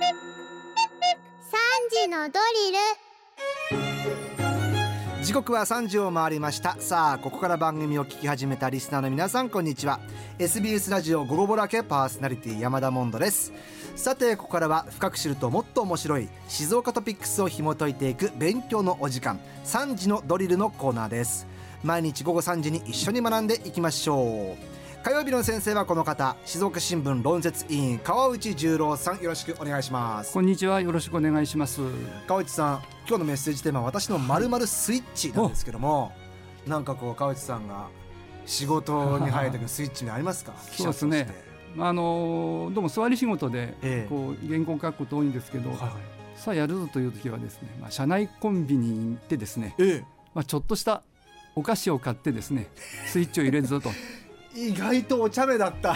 3時のドリル。 時刻は3時を回りました。さあ、ここから番組を聞き始めたリスナーの皆さん、こんにちは。 SBS ラジオ午後ぼらけパーソナリティ山田モンドです。さて、ここからは深く知るともっと面白い静岡トピックスを紐解いていく勉強のお時間、3時のドリルのコーナーです。毎日午後3時に一緒に学んでいきましょう。火曜日の先生はこの方、静岡新聞論説委員川内十郎さん、よろしくお願いします。 こんにちは、よろしくお願いします。 川内さん、今日のメッセージテーマは私の〇〇スイッチなんですけども、なんかこう川内さんが仕事に入る時のスイッチにありますか？ そうですね、どうも座り仕事でこう原稿を書くこと多いんですけど、さあやるぞという時はですね、社内コンビニに行ってですね、ちょっとしたお菓子を買ってですね、スイッチを入れるぞと意外とお茶目だった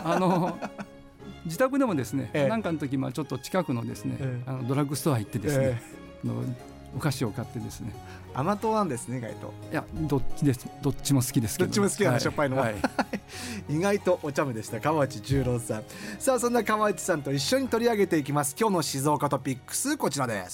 自宅でもですね、なんかの時、ちょっと近くのですね、ドラッグストア行ってですね、お菓子を買ってですね。 甘党なんですね、意外と。 いや、どっちも好きですけど、 どっちも好きなの、しょっぱいのは、意外とお茶目でした、川内十郎さん。さあ、そんな川内さんと一緒に取り上げていきます。今日の静岡トピックス、こちらです。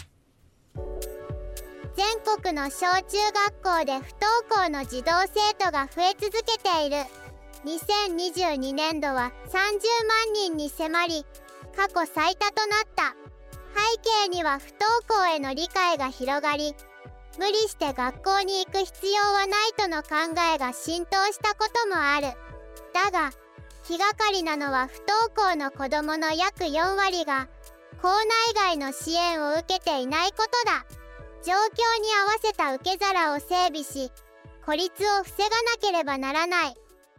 全国の小中学校で不登校の児童生徒が増え続けている。2022年度は30万人に迫り、過去最多となった。背景には不登校への理解が広がり、無理して学校に行く必要はないとの考えが浸透したこともある。だが、気がかりなのは不登校の子どもの約4割が校内外の支援を受けていないことだ。状況に合わせた受け皿を整備し、孤立を防がなければならない。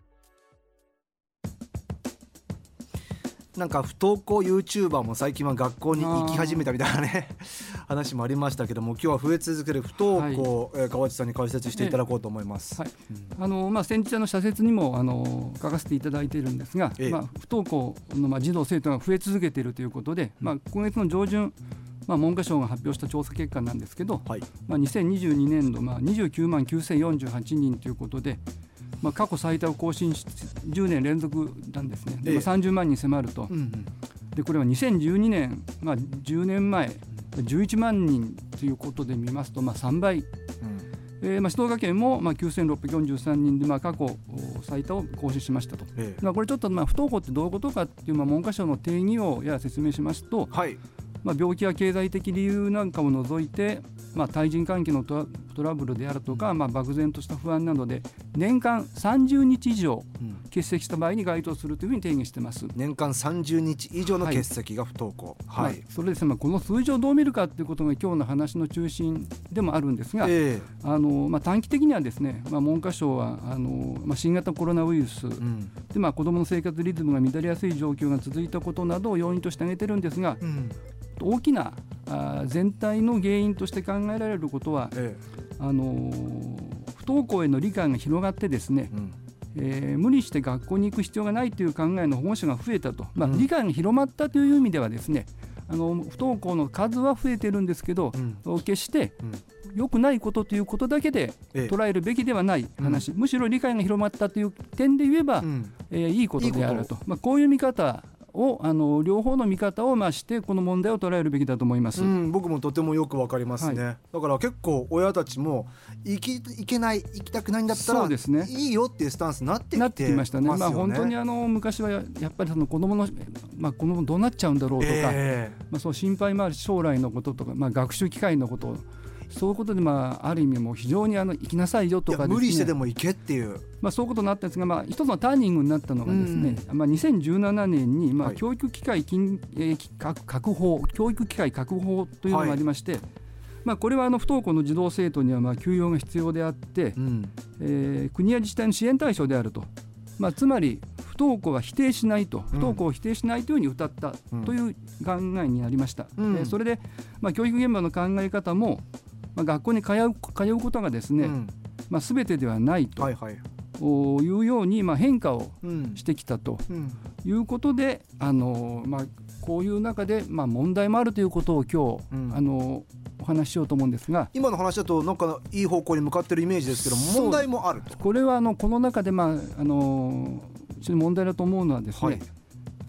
なんか不登校 YouTuber も最近は学校に行き始めたみたいなね話もありましたけども、今日は増え続ける不登校、川内さんに解説していただこうと思います。 先日社説にも書かせていただいているんですが、不登校の児童生徒が増え続けているということで、今月の上旬、文科省が発表した調査結果なんですけど、2022年度、29万9048人ということで、過去最多を更新し10年連続なんですね。で、30万人迫ると、でこれは2012年、10年前11万人ということで見ますと、3倍、静岡県も9643人で過去最多を更新しましたと。これちょっと不登校ってどういうことかっていう文科省の定義を説明しますと、病気や経済的理由なんかを除いて、対人関係のトラブルであるとか、漠然とした不安などで年間30日以上欠席した場合に該当するというふうに定義しています。年間 30日以上の欠席が不登校、 それですね、この数字をどう見るかということが今日の話の中心でもあるんですが、短期的にはですね、文科省は新型コロナウイルス、で子どもの生活リズムが乱れやすい状況が続いたことなどを要因として挙げてるんですが、大きな全体の原因として考えられることは、不登校への理解が広がってですね、無理して学校に行く必要がないという考えの保護者が増えたと、理解が広まったという意味ではですね、不登校の数は増えてるんですけど、決して良くないことということだけで捉えるべきではない話、むしろ理解が広まったという点で言えば、いいことであると、こういう見方を両方の見方をしてこの問題を捉えるべきだと思います。 僕もとてもよくわかりますね。だから結構親たちも行きたくないんだったら、いいよっていうスタンスになってきてますよね。 本当に昔はやっぱり子供の、子供どうなっちゃうんだろうとか、そう心配もあるし、将来のこととか、学習機会のことそういうことで、ある意味もう非常に行きなさいよとかですね、 無理してでも行けっていう、 そういうことになったんですが、一つのターニングになったのがですね、2017年に、教育機会確保というのがありまして、これは不登校の児童生徒には休養が必要であって、国や自治体の支援対象であると、つまり不登校は否定しないと、不登校を否定しないというふうに謳ったという考えになりました。それで、教育現場の考え方も、学校に通うことがですね、全てではないというように変化をしてきたということで、こういう中で問題もあるということを今日、お話ししようと思うんですが、 今の話だとなんかいい方向に向かっているイメージですけども、問題もあると。 これはこの中で非常に問題だと思うのはですね、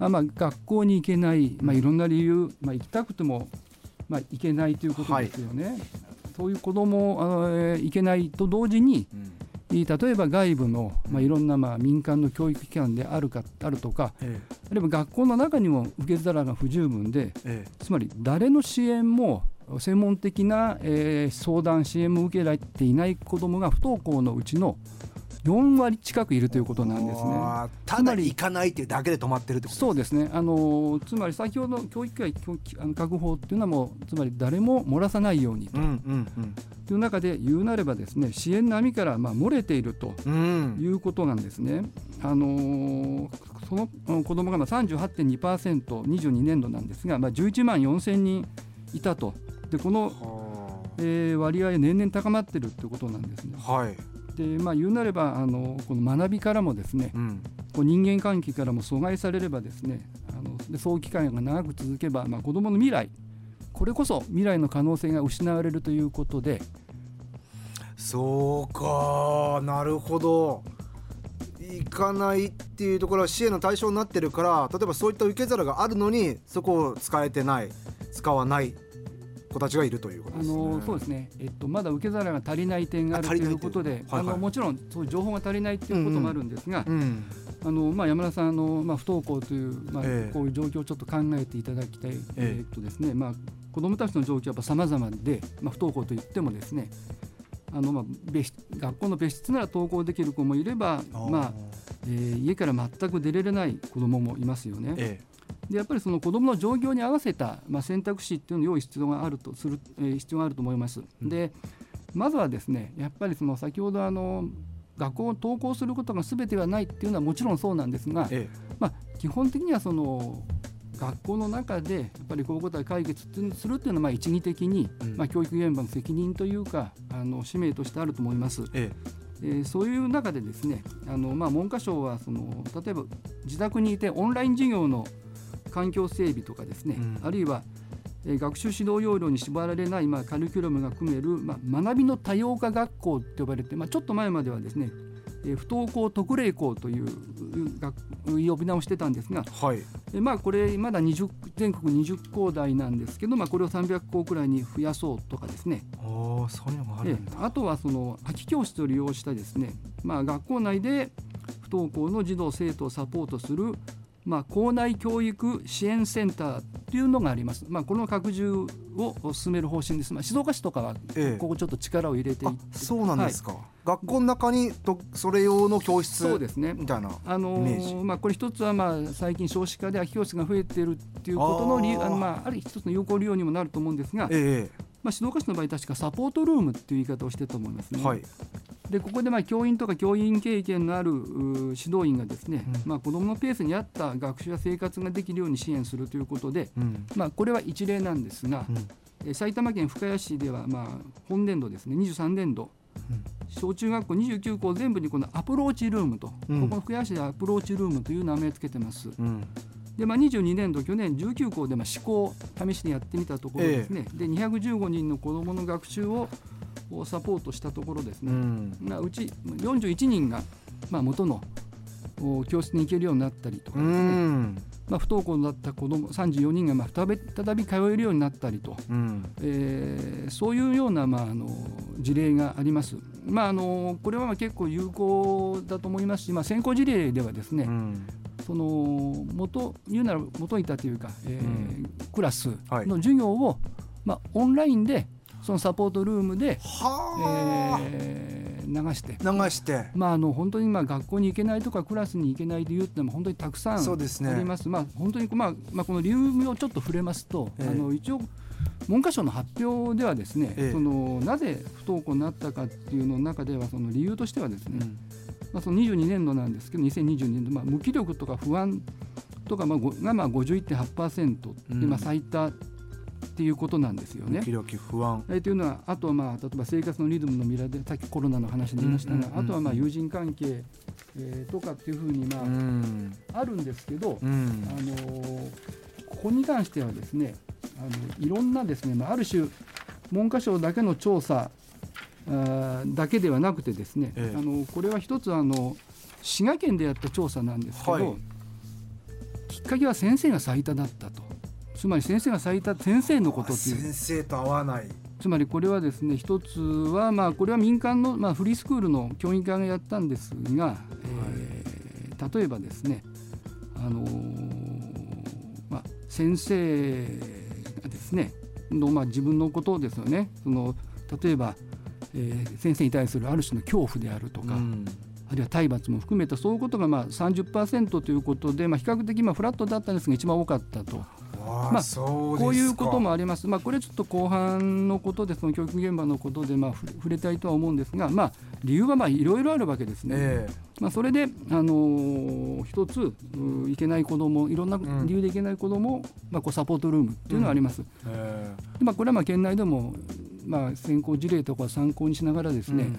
学校に行けない、いろんな理由、行きたくても、行けないということですよね。そういう子ども行けないと同時に、例えば外部の、いろんな民間の教育機関であるとか、あるいは学校の中にも受け皿が不十分で、つまり誰の支援も専門的な、相談支援も受けられていない子どもが不登校のうちの4割近くいるということなんですね。 ただ行かないっていうだけで止まってるってことですか。 そうですね。つまり先ほど教育機会確保っていうのはもうつまり誰も漏らさないようにという中で言うなればですね、支援の網から漏れているということなんですね。その子どもが38.2%、22年度なんですが、11万4000人いたと。でこの、割合は年々高まっているということなんですね。で言うなればこの学びからもですね、こう人間関係からも阻害されればですね、でそう期間が長く続けば、子どもの未来、これこそ未来の可能性が失われるということで。 そうか、なるほど。行かないっていうところは支援の対象になってるから、例えばそういった受け皿があるのにそこを使えてない、使わない子たちがいるということですね。 そうですね、まだ受け皿が足りない点があるということで、もちろんそういう情報が足りないということもあるんですが、山田さん不登校という、こういう状況をちょっと考えていただきたい。ですね、子どもたちの状況は様々で、不登校といってもですね、学校の別室なら登校できる子もいれば、家から全く出れない子どももいますよね。でやっぱりその子どもの状況に合わせた、選択肢っていうのを用意必要があると思います。でまずはですね、やっぱりその先ほど学校を登校することが全てはないっていうのはもちろんそうなんですが、基本的にはその学校の中でやっぱりこういうことを解決するっていうのは一義的に、教育現場の責任というか使命としてあると思います。そういう中でですね、文科省は例えば自宅にいてオンライン授業の環境整備とかですね、あるいは学習指導要領に縛られない、カリキュラムが組める、学びの多様化学校と呼ばれて、ちょっと前まではですね、不登校特例校という呼び名をしてたんですが、これまだ全国20校台なんですけど、これを300校くらいに増やそうとかですね。 そういうのがあるんだ。 あとはその空き教室を利用したですね、学校内で不登校の児童生徒をサポートする校内教育支援センターというのがあります。この拡充を進める方針です。静岡市とかはここちょっと力を入れていって、 そうなんですか。学校の中にそれ用の教室みたいなイメージ。 これ一つは最近少子化で空き教室が増えているっていうことの理由、ある一つの有効利用にもなると思うんですが、静岡市の場合確かサポートルームっていう言い方をしていると思いますね。でここで教員とか教員経験のある指導員がですね、子どものペースに合った学習や生活ができるように支援するということで、これは一例なんですが、埼玉県深谷市では本年度ですね、23年度、小中学校29校全部にこのアプローチルームと、ここの深谷市でアプローチルームという名前をつけてます。で22年度去年19校で試行試しにやってみたところですね、で215人の子どもの学習をサポートしたところですね、うち41人が元の教室に行けるようになったりとかですね、不登校だった子ども34人が再び通えるようになったりと、そういうような事例があります。これは結構有効だと思いますし、先行事例ではですね、その言うなら元いたというか、クラスの授業を、オンラインでそのサポートルームで、流して本当に学校に行けないとかクラスに行けない理由ってのも本当にたくさんあります。本当にこの理由をちょっと触れますと、一応文科省の発表ではですね、なぜ不登校になったかっていうの中ではその理由としてはですね、その22年度なんですけど2022年度、無気力とか不安とかが51.8% で最多っていうことなんですよね。 無気力不安、 というのはあとは例えば生活のリズムの乱れでさっきコロナの話で言いましたが、あとは友人関係、とかっていうふうにあるんですけど、ここに関してはですねいろんなですね、ある種文科省だけの調査だけではなくてですね、これは一つ滋賀県でやった調査なんですけど、機かけは先生が最多だったと。つまり先生が最多、先生のことっていう、 先生と合わない。 つまりこれはですね、一つはこれは民間のフリースクールの教員会がやったんですが、例えばですね、先生がですねの、自分のことですよね、例えば、先生に対するある種の恐怖であるとか、あるいは体罰も含めたそういうことが30% ということで、比較的フラットだったんですが一番多かったと。こういうこともあります。これちょっと後半のことで、その教育現場のことで触れたいとは思うんですが、理由はいろいろあるわけですね。それで、一ついけない子ども、いろんな理由でいけない子どもを、サポートルームっていうのがあります。でこれは県内でも、先行事例とか参考にしながらですね、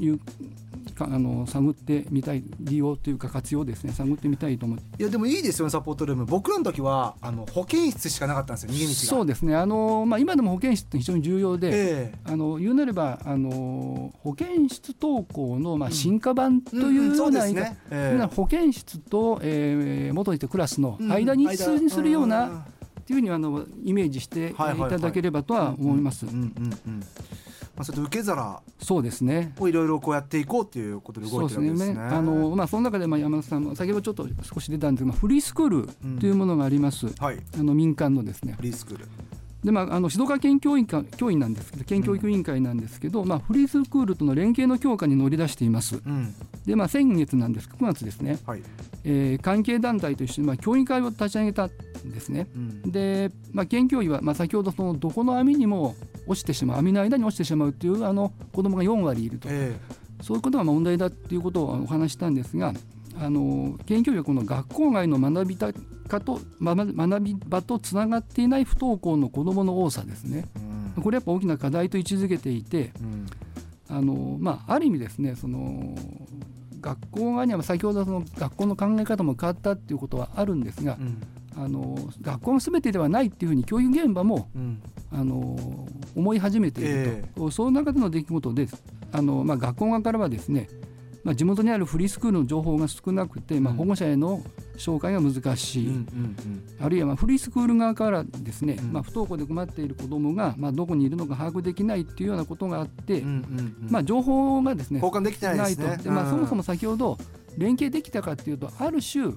探ってみたい利用というか活用ですね、探ってみたいと思って。 いやでもいいですよね、サポートルーム。僕らの時は保健室しかなかったんですよ、逃げ道が。 そうですね、今でも保健室って非常に重要で、言うなれば保健室登校の進化版というような言い方、保健室と、元にいたクラスの間に位置するようなというふうにイメージしていただければとは思います。 それと受け皿そうですねをいろいろこうやっていこうということで動いてるわけですね。 その中で山田さんも先ほどちょっと少し出たんですが、フリースクールというものがあります。民間のですねフリースクールで、指導科研教員なんですけど、県教育委員会なんですけど、フリースクールとの連携の強化に乗り出しています。で、先月なんです、9月ですね、関係団体と一緒に教員会を立ち上げたんですね。で、県教委は、先ほどどこの網にも落ちてしまう、網の間に落ちてしまうという子どもが4割いると、そういうことが問題だということをお話したんですが、県教委はこの学校外の学び場とつながっていない不登校の子どもの多さですね、これやっぱ大きな課題と位置づけていて、ある意味ですね、学校側には先ほど学校の考え方も変わったっていうことはあるんですが、学校が全てではないっていうふうに教育現場も、思い始めていると、その中での出来事で学校側からはですね、地元にあるフリースクールの情報が少なくて、保護者への紹介が難しい、あるいはフリースクール側からですね、不登校で困っている子どもがどこにいるのか把握できないというようなことがあって、情報がですね交換できてないですね。 でそもそも先ほど連携できたかというと、ある種、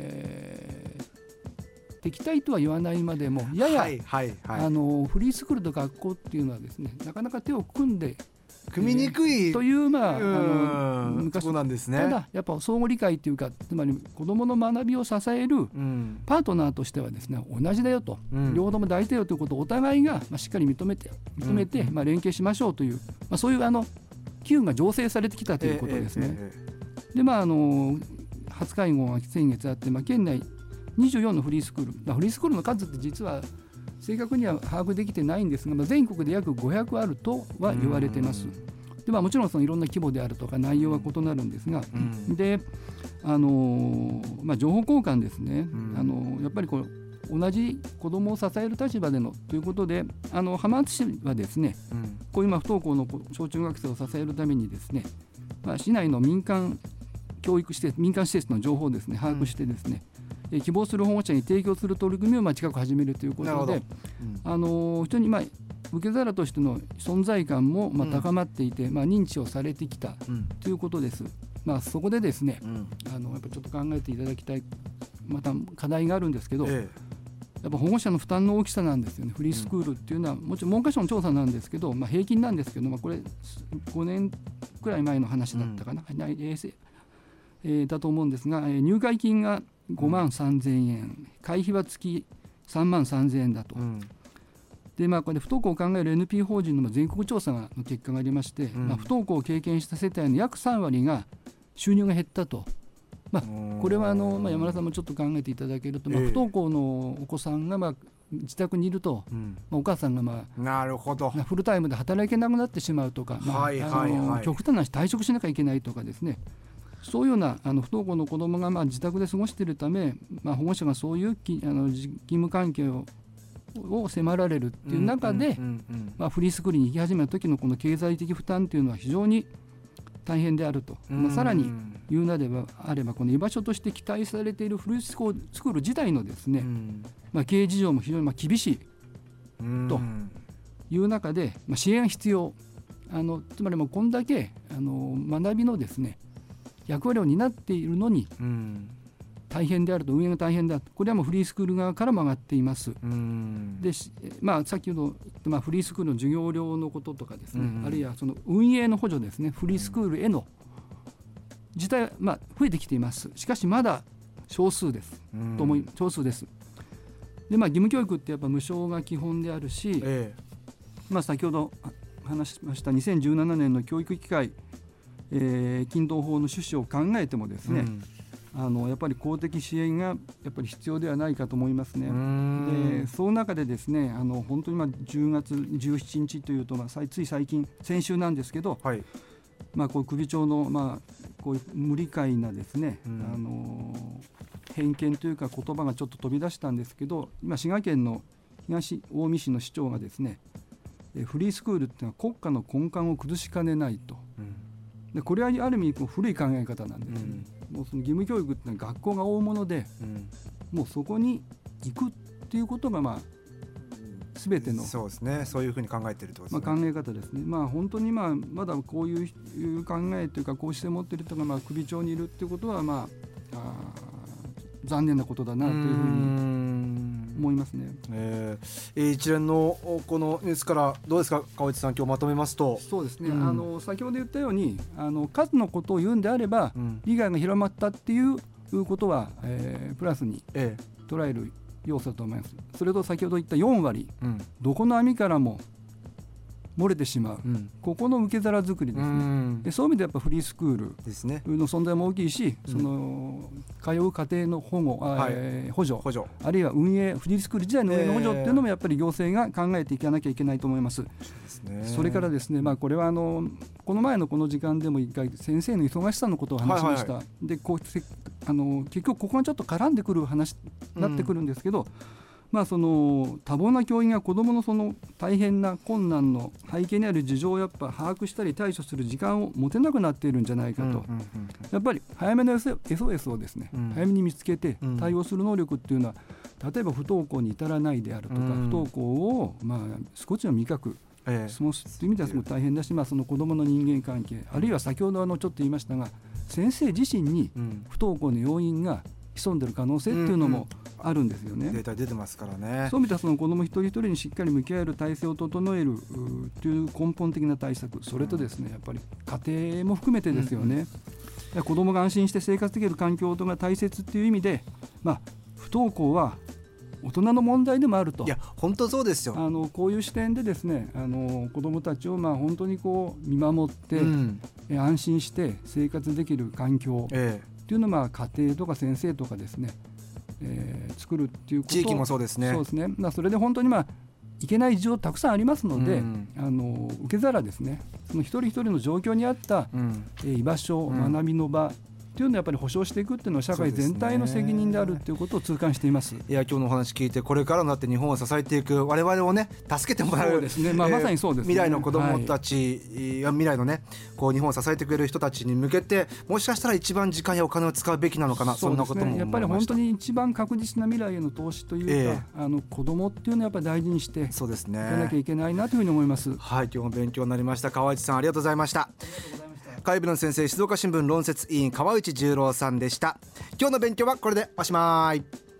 敵対とは言わないまでもやや、フリースクールと学校っていうのはですね、なかなか手を組みにくいという昔なんですね。 ただやっぱ相互理解というか、つまり子どもの学びを支えるパートナーとしてはですね、同じだよと、両方とも大事だよということをお互いがしっかり認めて連携しましょうという、そういう機運が醸成されてきたということですね。で初会合が先月あって、県内24のフリースクール、フリースクールの数って実は正確には把握できてないんですが、全国で約500あるとは言われています。でもちろんいろんな規模であるとか内容は異なるんですが、で情報交換ですね、やっぱり同じ子どもを支える立場でのということで、浜松市はですね、こういう不登校の小中学生を支えるためにですね、市内の民間施設の情報をですね把握してですね、希望する保護者に提供する取り組みを近く始めるということで、非常に受け皿としての存在感も高まっていて、認知をされてきたということです。そこでですね、やっぱちょっと考えていただきたいまた課題があるんですけど、やっぱ保護者の負担の大きさなんですよね。フリースクールっていうのはもちろん文科省の調査なんですけど、平均なんですけど、これ5年くらい前の話だったかな、だと思うんですが、入会金が5万3000円、会費は月3万3000円だと。でこれ不登校を考える NPO 法人の全国調査の結果がありまして、不登校を経験した世帯の約3割が収入が減ったと。これは山田さんもちょっと考えていただけると、不登校のお子さんが自宅にいると、お母さんがなるほどフルタイムで働けなくなってしまうとか、極端な話退職しなきゃいけないとかですね、そういうような不登校の子どもが自宅で過ごしているため、保護者がそういう義務関係を迫られるっていう中で、フリースクールに行き始めた時のこの経済的負担というのは非常に大変であると、さらに言うなればあればこの居場所として期待されているフリースクール自体のですね、経営事情も非常に厳しいという中で、支援が必要、つまりもうこんだけ学びのですね役割を担っているのに大変であると、運営が大変だと、これはもうフリースクール側からも上がっています。で、先ほど言ったフリースクールの授業料のこととかですね、あるいはその運営の補助ですね、フリースクールへの自体は増えてきています。しかしまだ少数です、少数です。で、義務教育ってやっぱ無償が基本であるし、先ほど話しました2017年の教育機会、均等法の趣旨を考えてもですね、やっぱり公的支援がやっぱり必要ではないかと思いますね。で、その中でですね、本当に10月17日というと、つい最近先週なんですけど、こういう首長のこういう無理解なですね、偏見というか言葉がちょっと飛び出したんですけど、今滋賀県の東近江市の市長がですね、フリースクールっていうのは国家の根幹を崩しかねないと。で、これはある意味古い考え方なんですね。もうその義務教育ってのは学校が大物で、もうそこに行くっていうことが全てのそうですね、そういうふうに考えているとですね、 考え方ですね。本当にまだこういう考えというかこうして持っている人が首長にいるっていうことは残念なことだなというふうに思いますね。 一連のこのニュースからどうですか、川内さん、今日まとめますと。 そうですね、先ほど言ったように数のことを言うんであれば、利害が広まったっていうことは、プラスに捉える要素だと思います。それと先ほど言った4割、どこの網からも漏れてしまう、ここの受け皿作りですね。で、そういう意味でやっぱフリースクールの存在も大きいし、その通う家庭の補助、あるいは運営、フリースクール自体の運営の補助っていうのもやっぱり行政が考えていかなきゃいけないと思います。それからですね、これはこの前のこの時間でも一回先生の忙しさのことを話しました。で、結局ここがちょっと絡んでくる話になってくるんですけど、その多忙な教員が子どものその大変な困難の背景にある事情をやっぱ把握したり対処する時間を持てなくなっているんじゃないかと、やっぱり早めの SOS をですね、早めに見つけて対応する能力っていうのは、例えば不登校に至らないであるとか、不登校を少しの味覚過ごすという意味ではすごく大変だし、その子どもの人間関係、あるいは先ほどちょっと言いましたが、先生自身に不登校の要因が潜んでいる可能性っていうのもあるんですよね。 データ出てますからね。 そういったその子ども一人一人にしっかり向き合える体制を整えるという根本的な対策、それとですね、やっぱり家庭も含めてですよね。子どもが安心して生活できる環境が大切っていう意味で、不登校は大人の問題でもあると。 いや本当そうですよ。 こういう視点でですね、子どもたちを本当に見守って、安心して生活できる環境っていうのは家庭とか先生とかですね、作るっていうこと、 地域もそうですね。 そうですね。それで本当にいけない事情たくさんありますので、受け皿ですね、その一人一人の状況に合った、居場所、学びの場というのをやっぱり保障していくっていうのは社会全体の責任であるということを痛感しています。 いや、今日のお話聞いて、これからのだって日本を支えていく我々をね、助けてもらう、 そうですね、まさにそうですね、 未来の子どもたち、未来のね、こう日本を支えてくれる人たちに向けて、もしかしたら一番時間やお金を使うべきなのかな、そんなことも思いました。 やっぱり本当に一番確実な未来への投資というか、子どもっていうのはやっぱり大事にしていかなきゃいけないなというふうに思います。 はい、今日も勉強になりました。川内さん、ありがとうございました。海部の先生、静岡新聞論説委員川内十郎さんでした。今日の勉強はこれでおしまい。